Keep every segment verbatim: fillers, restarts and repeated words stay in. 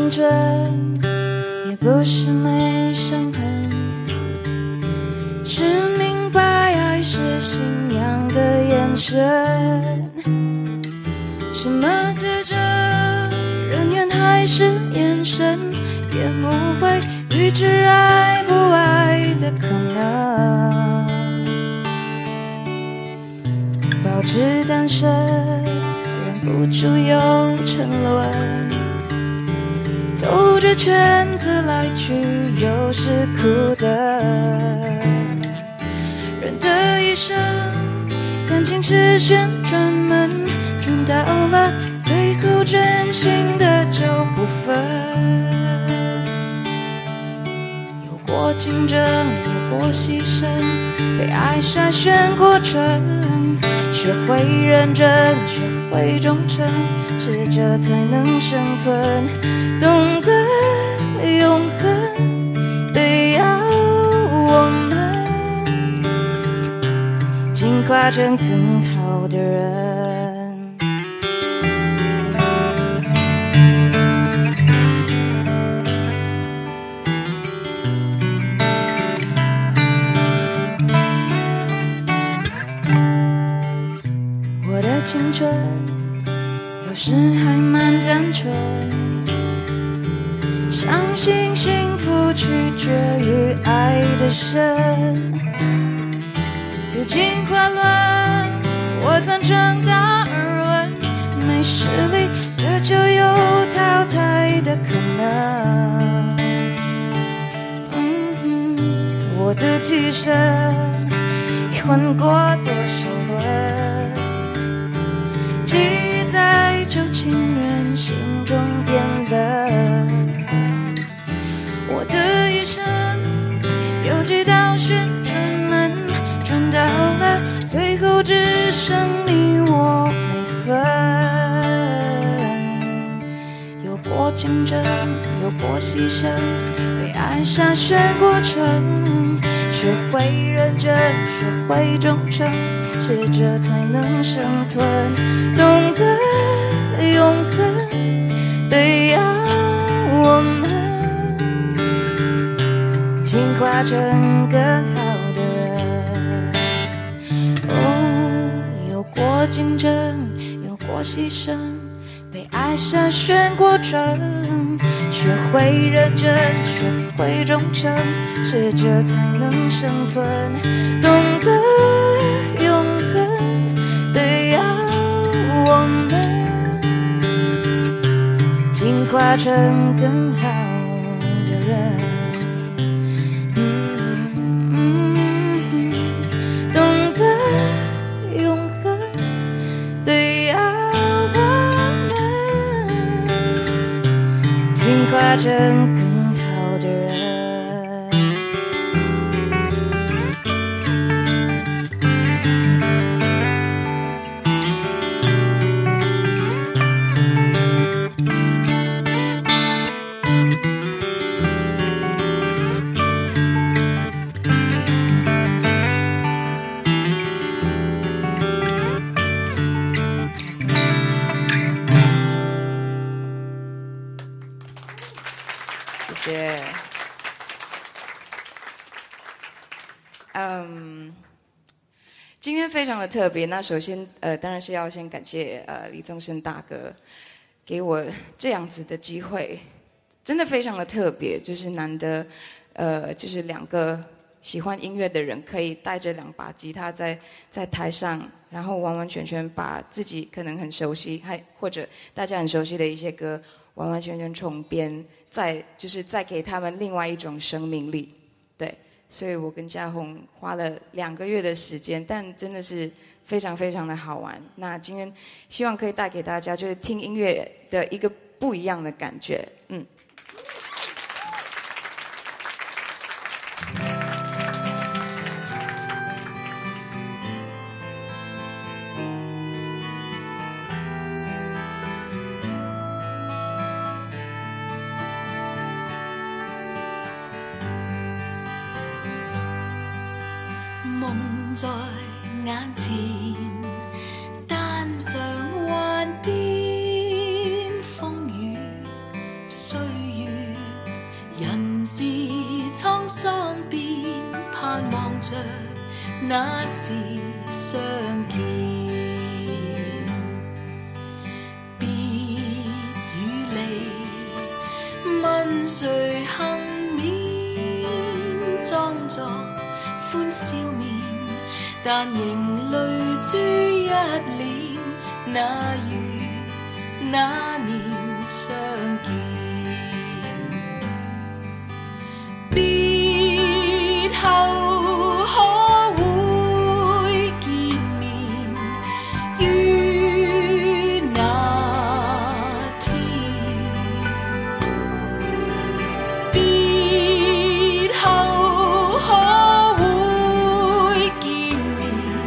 青春，也不是没伤痕，是明白爱是信仰的眼神。什么特征，人缘还是眼神，也不会预知爱不爱的可能。保持单身，忍不住又沉沦，兜着圈子来去，又是苦的。人的一生，感情是旋转门，转到了最后，真心的就不分。有过竞争，有过牺牲，被爱筛选过程，学会认真，学会忠诚，是这才能生存。懂得永恒，得要我们进化成更好的人。我的青春有时还蛮单纯，相信幸福取决于爱的深。旧情话乱，我赞成达尔文，没实力这就有淘汰的可能。嗯，我的替身已换过多少轮，记忆在旧情人心中变冷。我的一生有几道旋转门，转到了最后，只剩你我没分。有过竞争，有过牺牲，被爱筛选过程，学会认真，学会忠诚，是这才能生存。懂得永恒，得要我们进化成更好的人。哦，有过竞争，有过牺牲，被爱筛选过程，学会认真，学会忠诚，是这才能生存。懂得永恒，得要我们进化成更好的人。进化成更好的人。谢谢。嗯，今天非常的特别。那首先，呃，当然是要先感谢呃李宗盛大哥给我这样子的机会，真的非常的特别，就是难得，呃，就是两个喜欢音乐的人可以带着两把吉他在在台上，然后完完全全把自己可能很熟悉，还或者大家很熟悉的一些歌，完完全全重编。再就是再给他们另外一种生命力，对，所以我跟嘉宏花了两个月的时间，但真的是非常非常的好玩。那今天希望可以带给大家就是听音乐的一个不一样的感觉，嗯。 梦在眼前，但常幻变，风雨虽滄桑變，盼望着那時相見。別與離，問誰幸免？裝作歡笑面，但仍淚珠一臉。那月那年相見。別後可會見面？於那天。別後可會見面？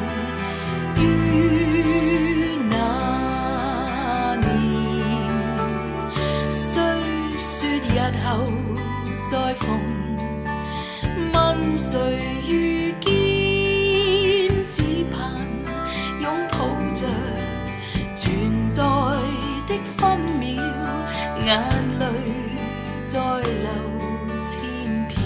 於那年。雖說日後再逢，問誰遇見？只盼擁抱着存在的分秒，眼淚再流千遍。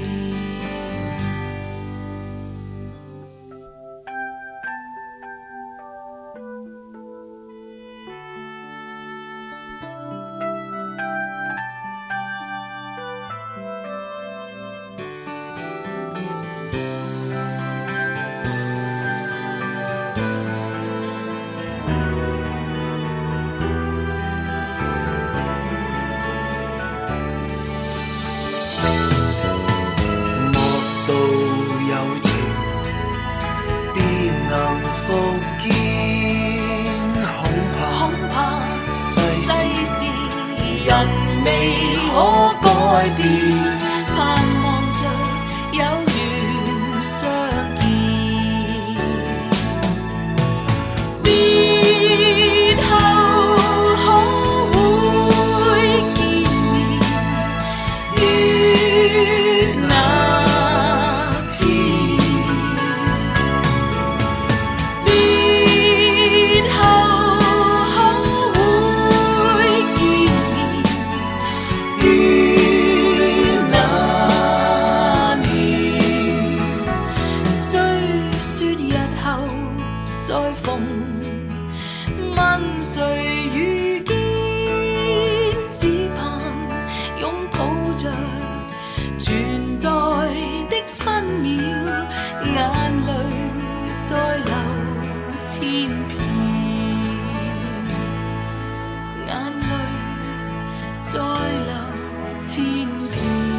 盼望着有緣相見。別後可會見面？於那天。別後可會見面？於再逢，問誰遇見？只盼擁抱着存在的分秒，眼淚再流千遍，眼淚再流千遍。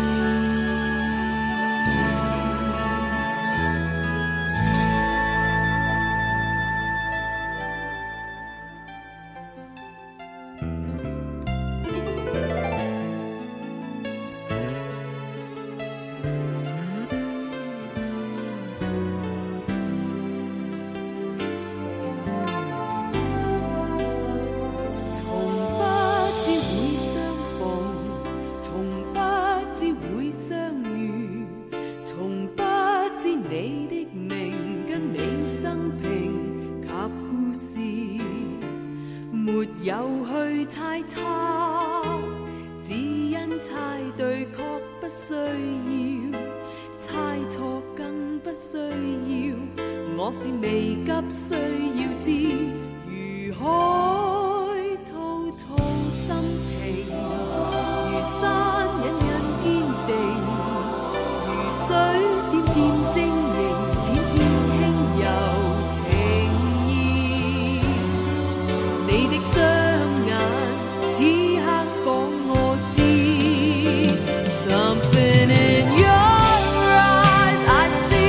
有去猜測，只因猜對確不需要，猜錯更不需要。我是未急需要知，如海滔滔心情，如山隱隱堅定，如水點點晶瑩，淺淺輕柔情意。你的雙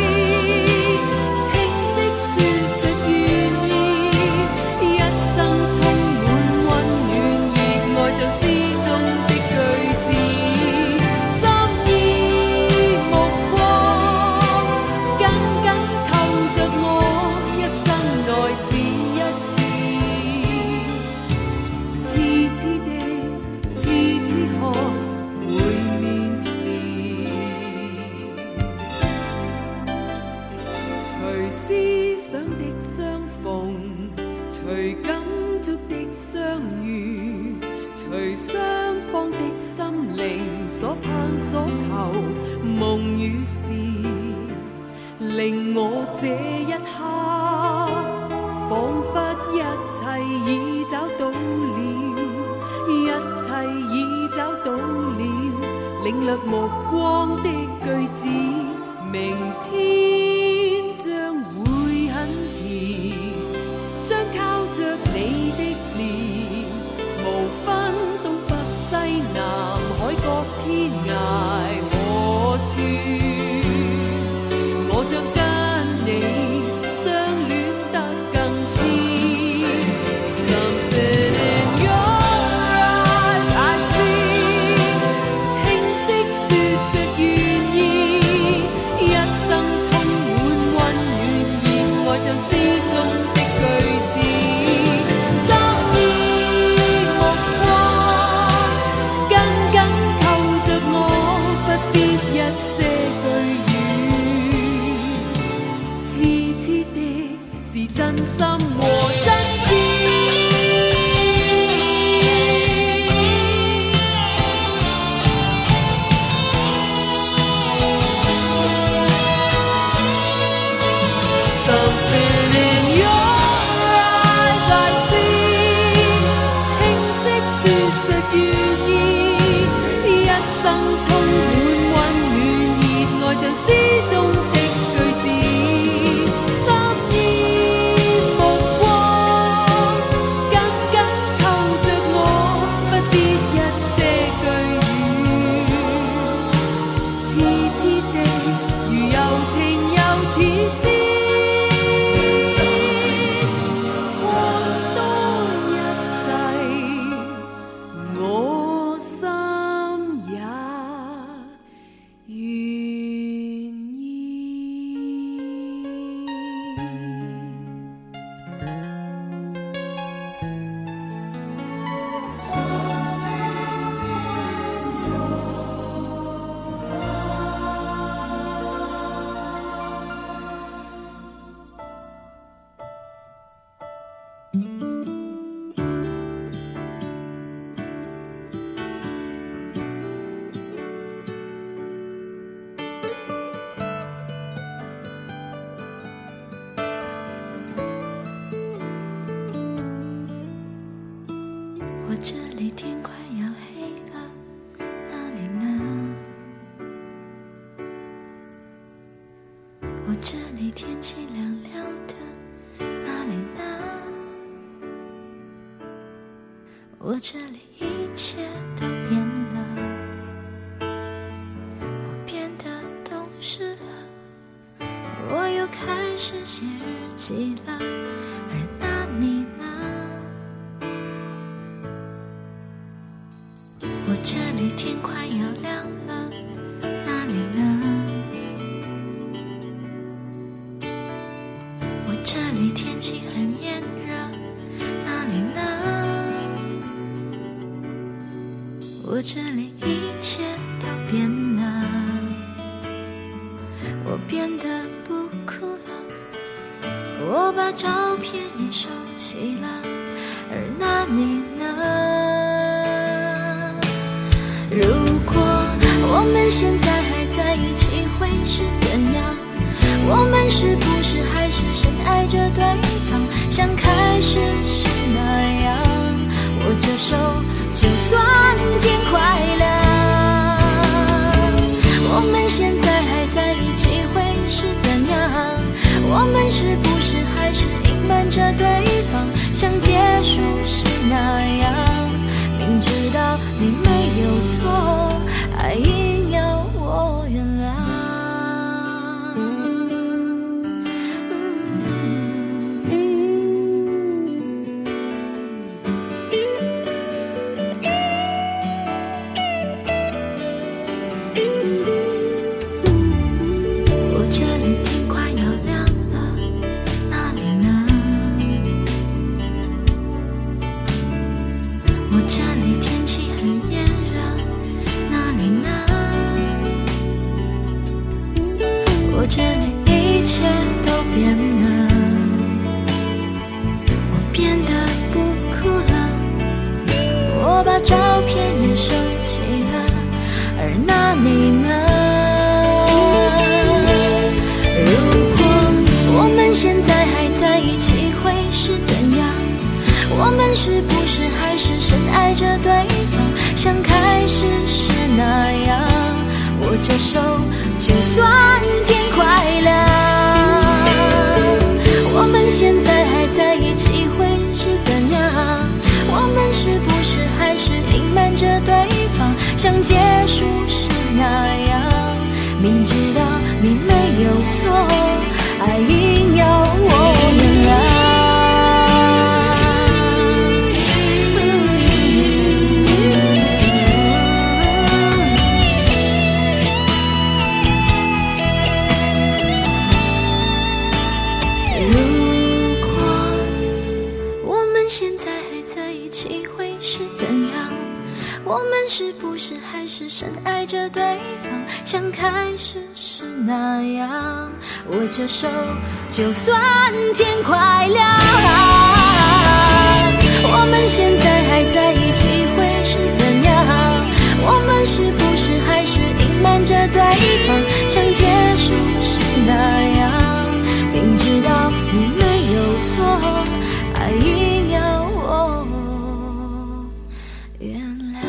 生。 盼所求，夢與事，令我這一刻彷彿一切已找到了，一切已找到了，領略目光的句子，明天將會很甜，將靠着你的臉，無分東北西南海角天涯何處，我將跟你相戀得更似。Something in your eyes I see， 清晰說着願意，一生充滿溫暖熱愛，像詩中的句子。心意目光緊緊扣着我，不必一些句語，痴痴的是真心和真摯。Something in your eyes I see， 清晰說着願意，一生充滿溫暖熱愛，像詩中的句子。心意目光緊緊扣着我，不必一些句語，痴痴的如柔情又似詩。活多一世，我心也願意。我这里天快要黑了，哪里呢？我这里天气凉凉的，哪里呢？我这里一切都变了，我变得懂事了，我又开始写日记了，而那你呢？我这里天快要亮了，哪里呢？我这里天气很炎热，哪里呢？我这里一切都变了，我变得不哭了，我把照片也收起了，而那你呢？如果我们现在还在一起会是怎样？我们是不是还是深爱着对方，像开始时那样，握着手就算天快亮。我们现在还在一起会是怎样？我们是不是还是隐瞒着对方，像结束时那样，明知道你没有错，还硬要我下你呢？如果我们现在还在一起会是怎样？我们是不是还是深爱着对方，像开始时那样握着手，就算天快亮？我们现在还在一起会是怎样？我们是不是还是隐瞒着对方，像结束时那样？明知道你没有错，爱硬要我原谅。我们是不是还是深爱着对方，像开始时那样握着手，就算天快亮？我们现在还在一起会是怎样？我们是不是还是隐瞒着对方，像结束时那样？明知道你没有错，爱硬要我原谅。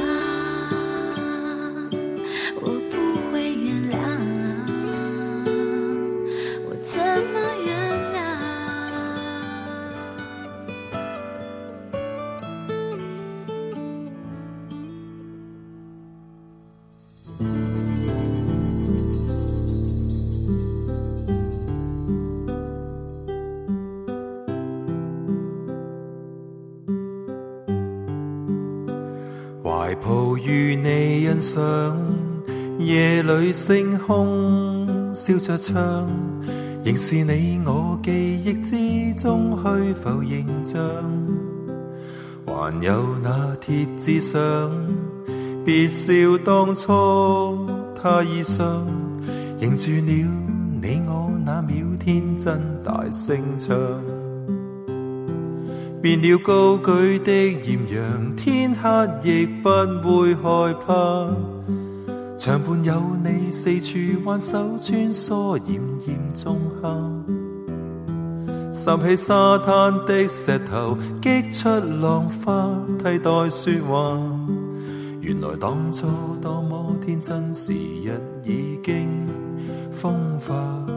懷抱與你欣賞，夜裏星空燒着窗，仍是你我記憶之中虛浮形象。還有那貼紙上，別笑當初他衣裳，凝住了你我那秒天真大聲唱。變了高舉的豔陽，天黑亦不會害怕。長伴有你四處挽手穿梭炎炎仲夏，拾起沙灘的石頭，擊出浪花，替代説話。原來當初多麼天真，時日已經風化。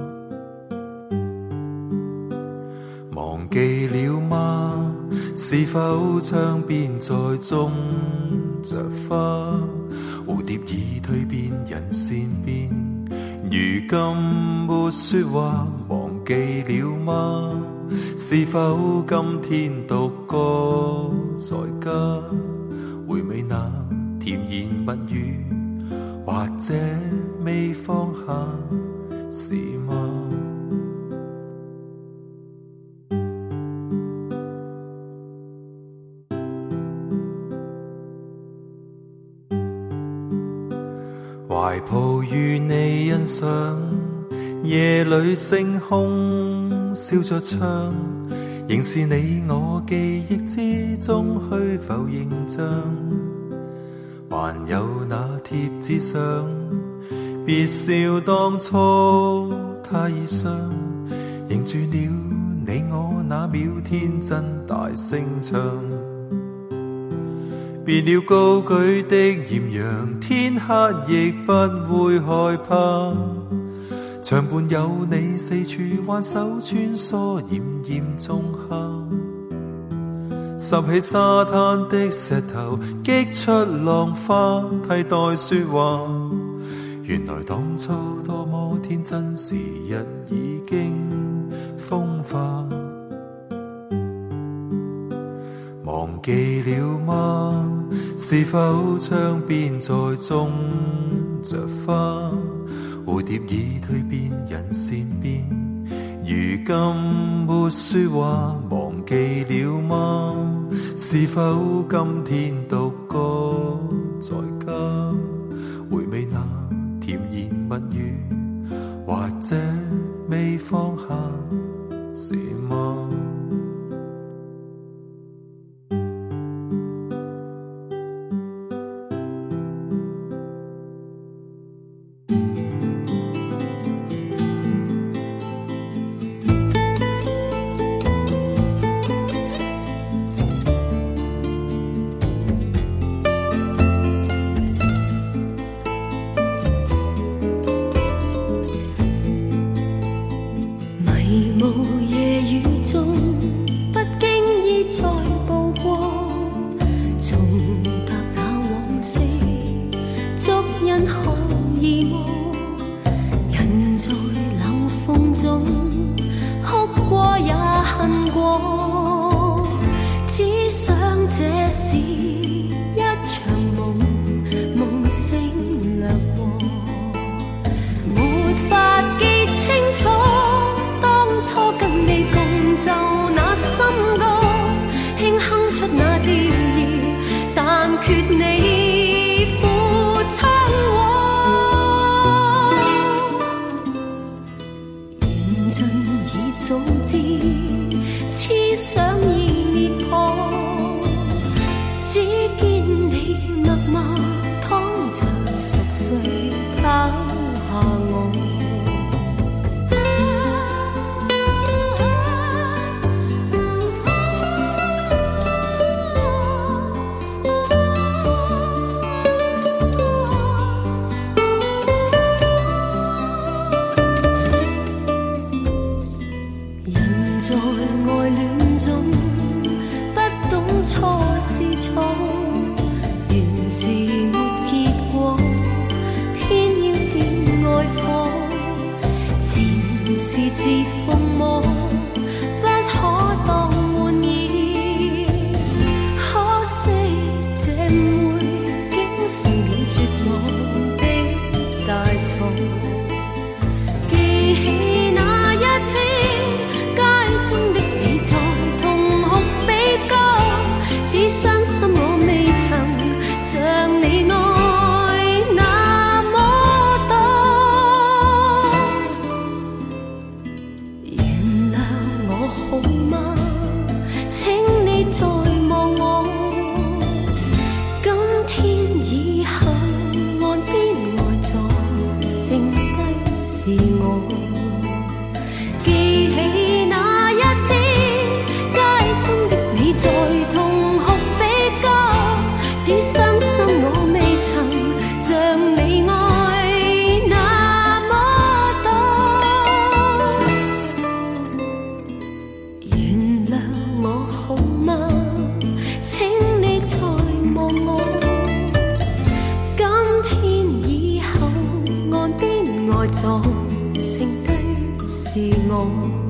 忘記了嗎？是否窗邊再種着花？蝴蝶已蛻變，人善變，如今沒說話。忘記了嗎？是否今天獨個在家，回味那甜言蜜語，或者未放下，是嗎？懷抱與你欣賞，夜裏星空燒着窗，仍是你我記憶之中虛浮形象。還有那貼紙上，別笑當初他衣裳，凝住了你我那秒天真大聲唱。別了高舉的豔陽，天黑亦不會害怕。長伴有你四處挽手穿梭炎炎仲夏，拾起沙灘的石頭，擊出浪花，替代説話。原來當初多麼天真，時日已經風化。忘記了嗎？是否窗邊再種着花？蝴蝶已蛻變，人善變，如今沒說話。忘記了嗎？是否今天獨個在家，回味那甜言蜜語，或者未放下，是嗎？ 自奉我，不可當玩意。可惜這會竟成了絕望的大錯。記起那一天，街中的你在痛哭比較，只傷心我未曾像你愛那麼多。原諒我好嗎？請你再望我，今天以後岸邊呆坐，剩低是我。記起那一天，街中的你在痛哭比較，只傷心我未曾像你愛那麼多。原諒我好嗎？請你再望我，今天以後岸邊呆坐，剩低是我。